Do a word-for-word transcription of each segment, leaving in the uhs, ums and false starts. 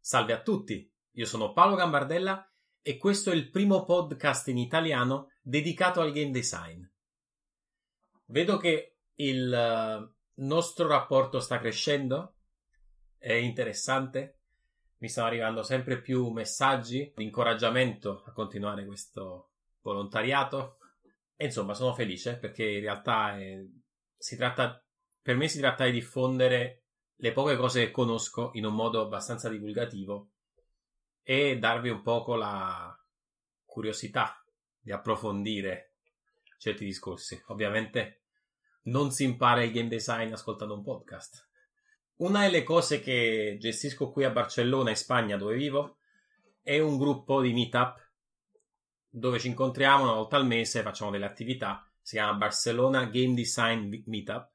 Salve a tutti, io sono Paolo Gambardella e questo è il primo podcast in italiano dedicato al game design. Vedo che il nostro rapporto sta crescendo, è interessante, mi stanno arrivando sempre più messaggi di incoraggiamento a continuare questo volontariato e insomma sono felice perché in realtà è, si tratta, per me si tratta di diffondere le poche cose che conosco in un modo abbastanza divulgativo e darvi un poco la curiosità di approfondire certi discorsi. Ovviamente non si impara il game design ascoltando un podcast. Una delle cose che gestisco qui a Barcellona, in Spagna, dove vivo, è un gruppo di meetup dove ci incontriamo una volta al mese, facciamo delle attività, si chiama Barcelona Game Design Meetup.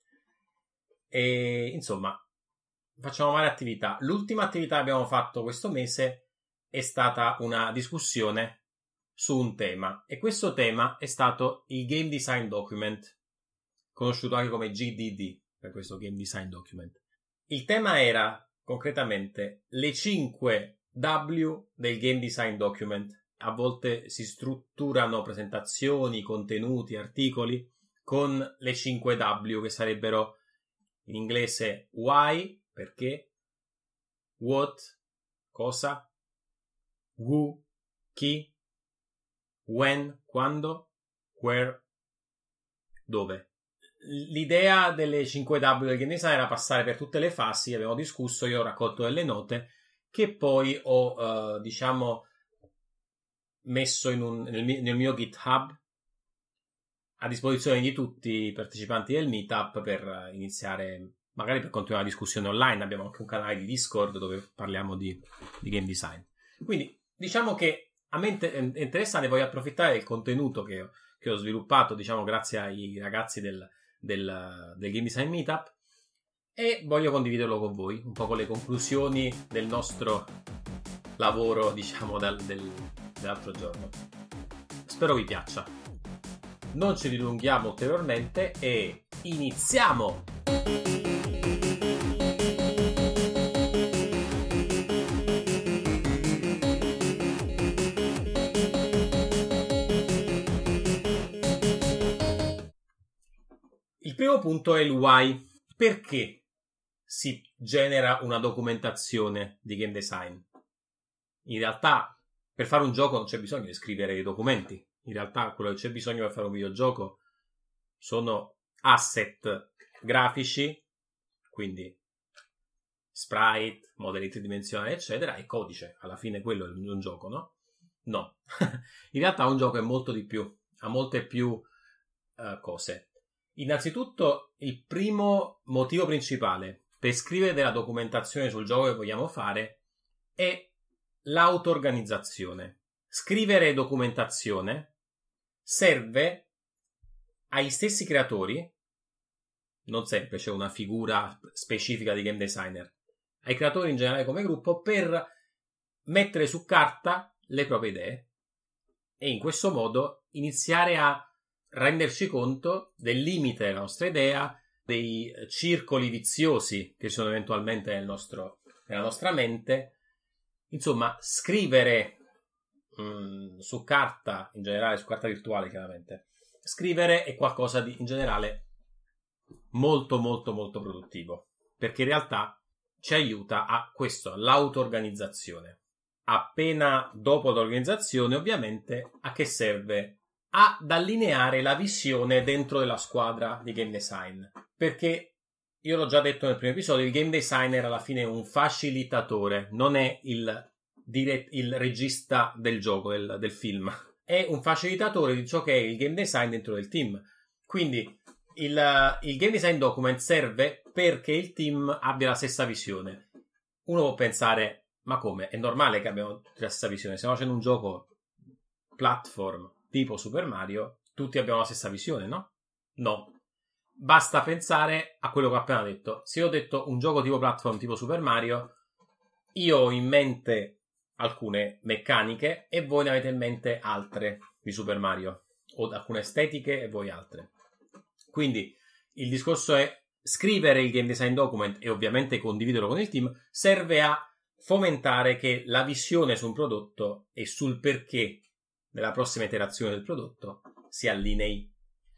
E insomma facciamo varie attività. L'ultima attività che abbiamo fatto questo mese è stata una discussione su un tema e questo tema è stato il Game Design Document, conosciuto anche come G D D per questo Game Design Document. Il tema era concretamente le cinque W del Game Design Document. A volte si strutturano presentazioni, contenuti, articoli con le cinque W che sarebbero in inglese why, perché, what, cosa, who, chi, when, quando, where, dove. L'idea delle cinque W del game design era passare per tutte le fasi, abbiamo discusso, io ho raccolto delle note che poi ho, uh, diciamo, messo in un, nel, mio, nel mio GitHub a disposizione di tutti i partecipanti del meetup per iniziare, magari per continuare la discussione online. Abbiamo anche un canale di Discord dove parliamo di, di game design. Quindi diciamo che a me è interessante, voglio approfittare del contenuto che ho, che ho sviluppato, diciamo, grazie ai ragazzi del, del, del Game Design Meetup e voglio condividerlo con voi, un po' con le conclusioni del nostro lavoro, diciamo, dal, del, dell'altro giorno. Spero vi piaccia. Non ci dilunghiamo ulteriormente e iniziamo! Il primo punto è il why. Perché si genera una documentazione di game design? In realtà, per fare un gioco non c'è bisogno di scrivere i documenti. In realtà quello che c'è bisogno per fare un videogioco sono asset grafici, quindi sprite, modelli tridimensionali, eccetera, e codice. Alla fine quello è un gioco, no? No. In realtà un gioco è molto di più, ha molte più uh, cose. Innanzitutto, il primo motivo principale per scrivere della documentazione sul gioco che vogliamo fare è l'auto-organizzazione. Scrivere documentazione serve agli stessi creatori, non sempre c'è una figura specifica di game designer, ai creatori in generale come gruppo, per mettere su carta le proprie idee e in questo modo iniziare a renderci conto del limite della nostra idea, dei circoli viziosi che ci sono eventualmente nel nostro, nella nostra mente. Insomma, scrivere mh, su carta, in generale su carta virtuale chiaramente, scrivere è qualcosa di in generale molto molto molto produttivo, perché in realtà ci aiuta a questo, all'auto-organizzazione. Appena dopo l'organizzazione, ovviamente, a che serve? Ad allineare la visione dentro della squadra di game design, perché io l'ho già detto nel primo episodio, il game designer alla fine è un facilitatore, non è il, dire, il regista del gioco, del, del film, è un facilitatore di ciò che è il game design dentro del team. Quindi il, il game design document serve perché il team abbia la stessa visione. Uno può pensare, ma come? È normale che abbiamo tutti la stessa visione, stiamo facendo un gioco platform tipo Super Mario, tutti abbiamo la stessa visione, no? No. Basta pensare a quello che ho appena detto. Se io ho detto un gioco tipo platform tipo Super Mario, io ho in mente alcune meccaniche e voi ne avete in mente altre di Super Mario, o alcune estetiche e voi altre. Quindi il discorso è scrivere il game design document e ovviamente condividerlo con il team serve a fomentare che la visione su un prodotto e sul perché nella prossima iterazione del prodotto si allinei.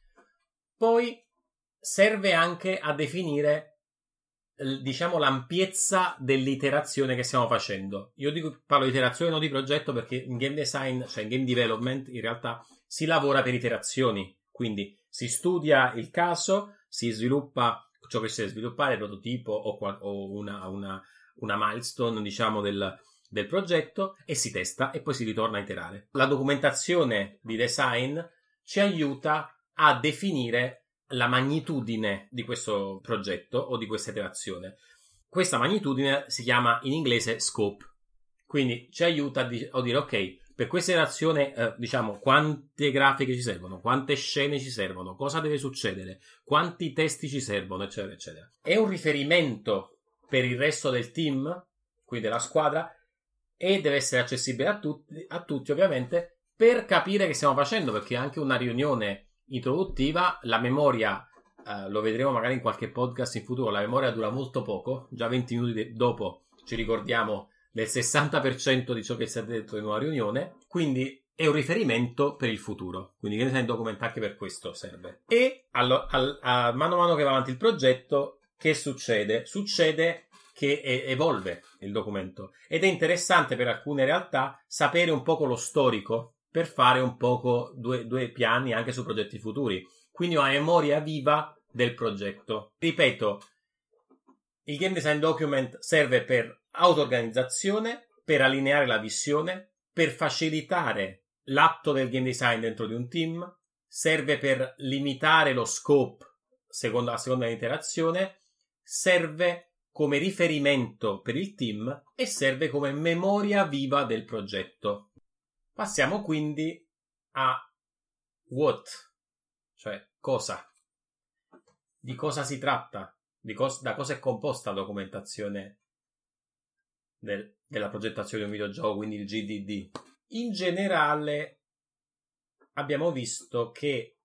Poi serve anche a definire, diciamo, l'ampiezza dell'iterazione che stiamo facendo. Io dico, parlo di iterazione, non di progetto, perché in game design, cioè in game development, in realtà si lavora per iterazioni. Quindi si studia il caso, si sviluppa ciò che si deve sviluppare, il prototipo o, qual- o una, una, una milestone, diciamo, del, del progetto, e si testa e poi si ritorna a iterare. La documentazione di design ci aiuta a definire la magnitudine di questo progetto o di questa iterazione. Questa magnitudine si chiama in inglese scope, quindi ci aiuta a, di- a dire ok, per questa iterazione eh, diciamo quante grafiche ci servono, quante scene ci servono, cosa deve succedere, quanti testi ci servono, eccetera eccetera. È un riferimento per il resto del team, quindi della squadra, e deve essere accessibile a tutti, a tutti ovviamente, per capire che stiamo facendo, perché anche una riunione introduttiva, la memoria, eh, lo vedremo magari in qualche podcast in futuro, la memoria dura molto poco, già venti minuti de- dopo ci ricordiamo del sessanta per cento di ciò che si è detto in una riunione, quindi è un riferimento per il futuro, quindi che ne documenta anche per questo serve. E allo, al, a, mano a mano che va avanti il progetto, che succede? Succede che evolve il documento, ed è interessante per alcune realtà sapere un poco lo storico per fare un poco due, due piani anche su progetti futuri, quindi una memoria viva del progetto. Ripeto, il game design document serve per auto-organizzazione, per allineare la visione, per facilitare l'atto del game design dentro di un team, serve per limitare lo scope secondo la seconda interazione, serve come riferimento per il team e serve come memoria viva del progetto. Passiamo quindi a what, cioè cosa, di cosa si tratta, di cos- da cosa è composta la documentazione del, della progettazione di un videogioco, quindi il G D D. In generale abbiamo visto che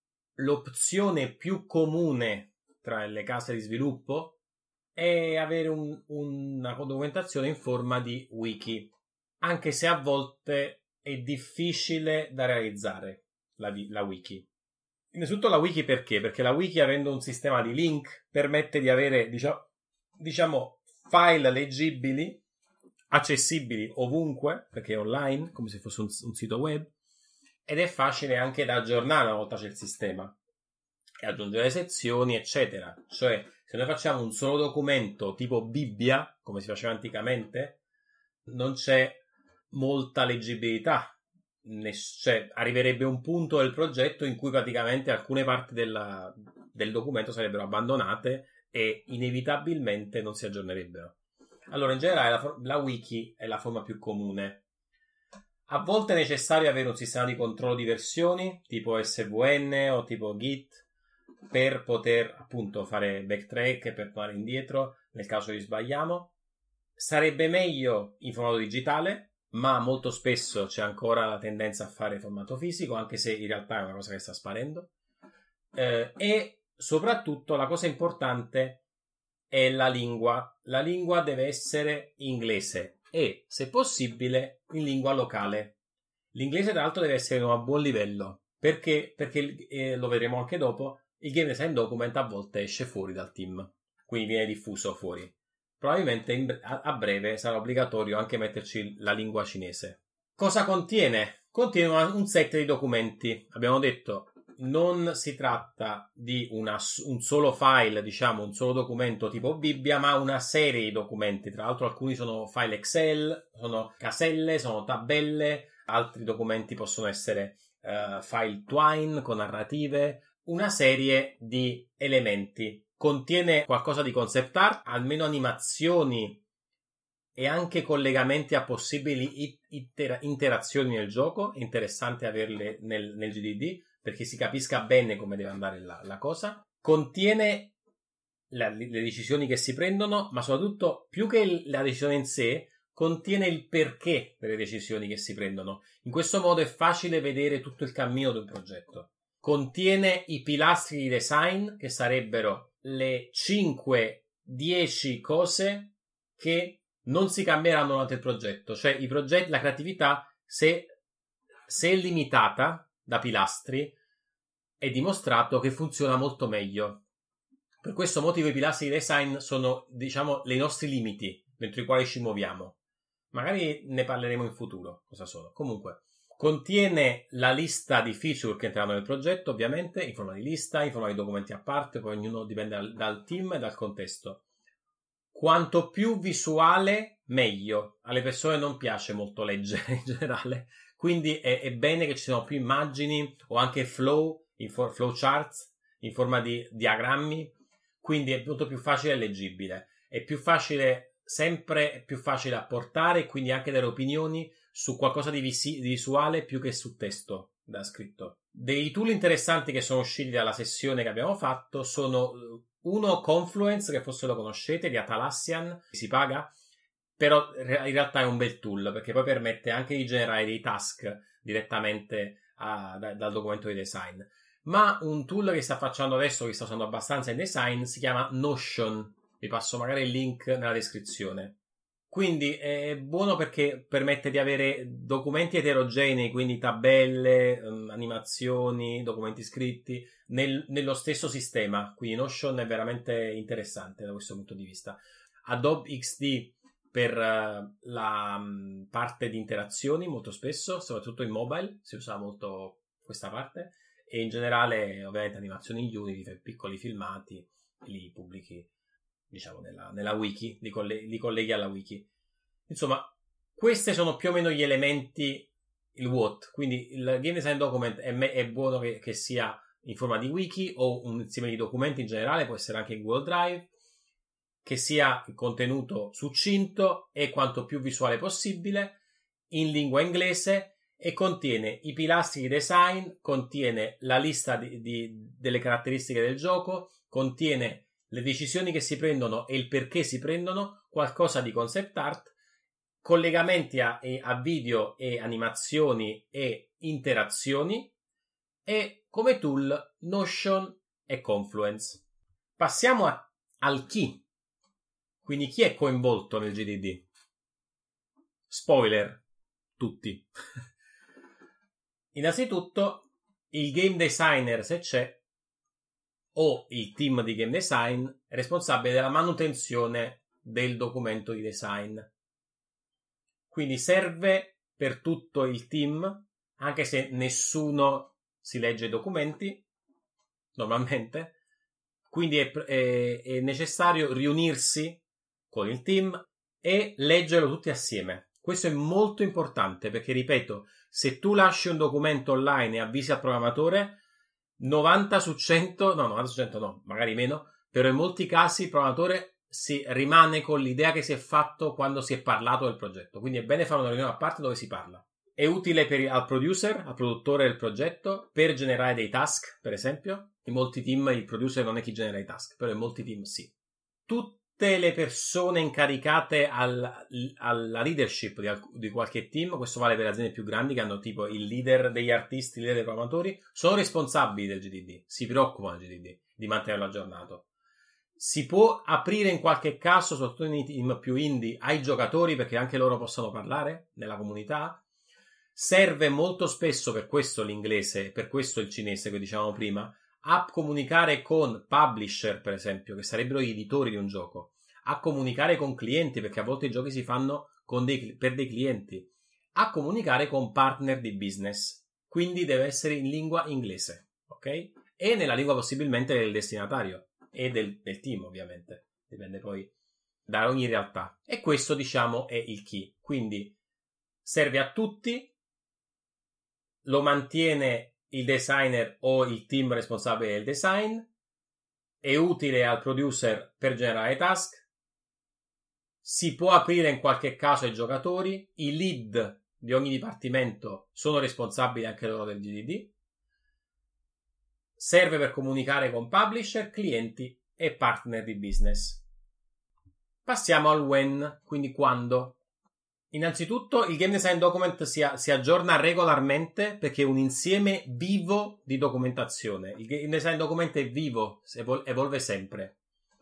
l'opzione più comune tra le case di sviluppo è avere un, una documentazione in forma di wiki, anche se a volte è difficile da realizzare la, la wiki. Innanzitutto la wiki perché? Perché la wiki, avendo un sistema di link, permette di avere diciamo, diciamo file leggibili, accessibili ovunque, perché è online, come se fosse un, un sito web, ed è facile anche da aggiornare una volta c'è il sistema e aggiungere sezioni, eccetera. Cioè, se noi facciamo un solo documento tipo Bibbia, come si faceva anticamente, non c'è molta leggibilità. Cioè, arriverebbe un punto del progetto in cui praticamente alcune parti della, del documento sarebbero abbandonate e inevitabilmente non si aggiornerebbero. Allora, in generale, la, la wiki è la forma più comune. A volte è necessario avere un sistema di controllo di versioni, tipo S V N o tipo Git, per poter appunto fare backtrack e per tornare indietro nel caso che sbagliamo. Sarebbe meglio in formato digitale, ma molto spesso c'è ancora la tendenza a fare formato fisico, anche se in realtà è una cosa che sta sparendo. Eh, e soprattutto la cosa importante è la lingua. La lingua deve essere inglese e, se possibile, in lingua locale. L'inglese, tra l'altro, deve essere a buon livello, perché, perché eh, lo vedremo anche dopo, il game design document a volte esce fuori dal team, quindi viene diffuso fuori. Probabilmente in, a, a breve sarà obbligatorio anche metterci la lingua cinese. Cosa contiene? Contiene una, un set di documenti. Abbiamo detto, non si tratta di una, un solo file, diciamo, un solo documento tipo Bibbia, ma una serie di documenti. Tra l'altro alcuni sono file Excel, sono caselle, sono tabelle, altri documenti possono essere uh, file Twine con narrative, una serie di elementi. Contiene qualcosa di concept art, almeno animazioni e anche collegamenti a possibili itera- interazioni nel gioco. È interessante averle nel, nel G D D perché si capisca bene come deve andare la, la cosa. Contiene la, le decisioni che si prendono, ma soprattutto, più che il, la decisione in sé, contiene il perché delle decisioni che si prendono. In questo modo è facile vedere tutto il cammino di un progetto. Contiene i pilastri di design, che sarebbero le cinque dieci cose che non si cambieranno durante il progetto, cioè i progetti, la creatività, se, se è limitata da pilastri, è dimostrato che funziona molto meglio. Per questo motivo i pilastri di design sono, diciamo, i nostri limiti dentro i quali ci muoviamo. Magari ne parleremo in futuro, cosa sono. Comunque, contiene la lista di feature che entreranno nel progetto, ovviamente, in forma di lista, in forma di documenti a parte, poi ognuno dipende dal, dal team e dal contesto. Quanto più visuale, meglio. Alle persone non piace molto leggere in generale, quindi è, è bene che ci siano più immagini o anche flow, in for, flow charts, in forma di diagrammi, quindi è molto più facile e leggibile. È più facile, sempre è più facile apportare, quindi anche dare opinioni su qualcosa di, visi- di visuale più che su testo da scritto. Dei tool interessanti che sono usciti dalla sessione che abbiamo fatto sono uno Confluence, che forse lo conoscete, di Atalassian, si paga, però in realtà è un bel tool perché poi permette anche di generare dei task direttamente a, da, dal documento di design. Ma un tool che sta facendo adesso, che sta usando abbastanza in design, si chiama Notion. Vi passo magari il link nella descrizione. Quindi è buono perché permette di avere documenti eterogenei, quindi tabelle, um, animazioni, documenti scritti, nel, nello stesso sistema. Quindi Notion è veramente interessante da questo punto di vista. Adobe X D per uh, la um, parte di interazioni, molto spesso, soprattutto in mobile, si usa molto questa parte. E in generale, ovviamente, animazioni in Unity, piccoli filmati, li pubblichi, diciamo, nella, nella wiki, li, coll- li colleghi alla wiki. Insomma, questi sono più o meno gli elementi, il what. Quindi il game design document è, me- è buono che, che sia in forma di wiki o un insieme di documenti in generale, può essere anche in Google Drive, che sia contenuto succinto e quanto più visuale possibile, in lingua inglese, e contiene i pilastri di design, contiene la lista di, di, delle caratteristiche del gioco, contiene le decisioni che si prendono e il perché si prendono, qualcosa di concept art, collegamenti a, a video e animazioni e interazioni, e come tool Notion e Confluence. Passiamo a, al chi. Quindi chi è coinvolto nel G D D? Spoiler, tutti. Innanzitutto il game designer, se c'è, o il team di game design responsabile della manutenzione del documento di design. Quindi serve per tutto il team, anche se nessuno si legge i documenti normalmente, quindi è, è, è necessario riunirsi con il team e leggerlo tutti assieme. Questo è molto importante perché, ripeto, se tu lasci un documento online e avvisi al programmatore, novanta su cento, no, novanta su cento no, magari meno, però in molti casi il programmatore si rimane con l'idea che si è fatto quando si è parlato del progetto. Quindi è bene fare una riunione a parte dove si parla. È utile per, al producer, al produttore del progetto, per generare dei task, per esempio. In molti team il producer non è chi genera i task, però in molti team sì. Tutte le persone incaricate al, alla leadership di, di qualche team, questo vale per le aziende più grandi che hanno tipo il leader degli artisti, il leader dei programmatori, sono responsabili del G D D, si preoccupano del G D D, di mantenerlo aggiornato. Si può aprire in qualche caso, soprattutto nei team più indie, ai giocatori perché anche loro possono parlare nella comunità. Serve molto spesso, per questo l'inglese, per questo il cinese che dicevamo prima, a comunicare con publisher, per esempio, che sarebbero gli editori di un gioco, a comunicare con clienti, perché a volte i giochi si fanno con dei, per dei clienti, a comunicare con partner di business, quindi deve essere in lingua inglese, ok? E nella lingua possibilmente del destinatario e del, del team, ovviamente, dipende poi da ogni realtà. E questo, diciamo, è il key, quindi serve a tutti, lo mantiene il designer o il team responsabile del design, è utile al producer per generare task, si può aprire in qualche caso ai giocatori, i lead di ogni dipartimento sono responsabili anche loro del G D D, serve per comunicare con publisher, clienti e partner di business. Passiamo al when, quindi quando. Innanzitutto il game design document si, a, si aggiorna regolarmente perché è un insieme vivo di documentazione. Il game design document è vivo, evol- evolve sempre.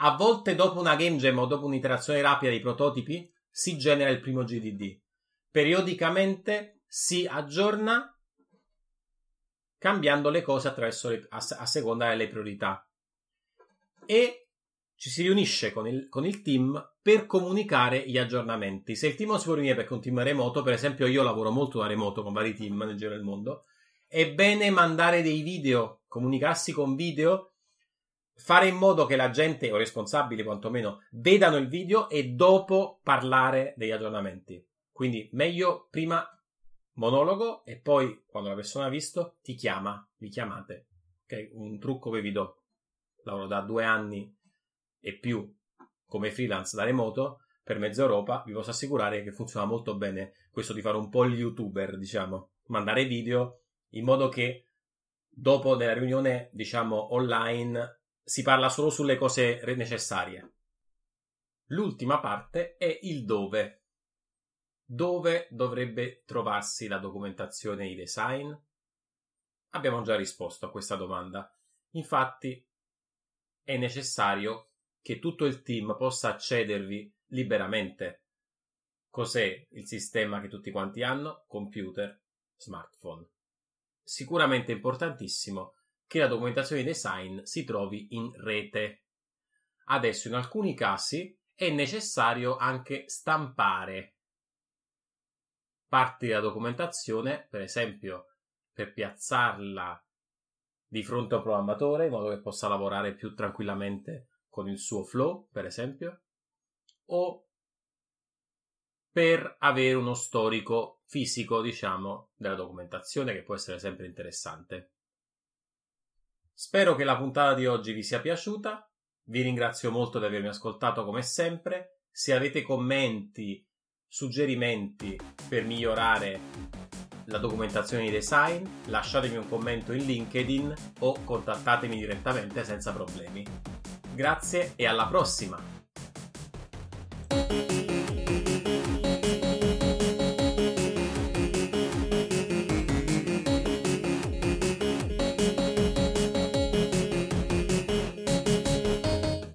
A volte dopo una game jam o dopo un'iterazione rapida dei prototipi si genera il primo G D D. Periodicamente si aggiorna cambiando le cose attraverso le, a, a seconda delle priorità. E ci si riunisce con il, con il team per comunicare gli aggiornamenti. Se il team non si può riunire perché è un team remoto, per esempio io lavoro molto da remoto con vari team nel giro del mondo, è bene mandare dei video, comunicarsi con video, fare in modo che la gente, o i responsabili quantomeno, vedano il video e dopo parlare degli aggiornamenti. Quindi meglio prima monologo e poi quando la persona ha visto ti chiama, vi chiamate. Okay? Un trucco che vi do. Lavoro da due anni e più come freelance da remoto per mezza Europa, vi posso assicurare che funziona molto bene questo di fare un po' il youtuber, diciamo, mandare video in modo che dopo della riunione, diciamo, online si parla solo sulle cose necessarie. L'ultima parte è il dove. Dove dovrebbe trovarsi la documentazione di design? Abbiamo già risposto a questa domanda. Infatti è necessario che tutto il team possa accedervi liberamente. Cos'è il sistema che tutti quanti hanno? Computer, smartphone. Sicuramente importantissimo che la documentazione di design si trovi in rete. Adesso in alcuni casi è necessario anche stampare parti della documentazione, per esempio per piazzarla di fronte a un programmatore in modo che possa lavorare più tranquillamente con il suo flow, per esempio, o per avere uno storico fisico, diciamo, della documentazione che può essere sempre interessante. Spero che la puntata di oggi vi sia piaciuta, vi ringrazio molto di avermi ascoltato come sempre. Se avete commenti, suggerimenti per migliorare la documentazione di design, lasciatemi un commento in LinkedIn o contattatemi direttamente senza problemi. Grazie e alla prossima!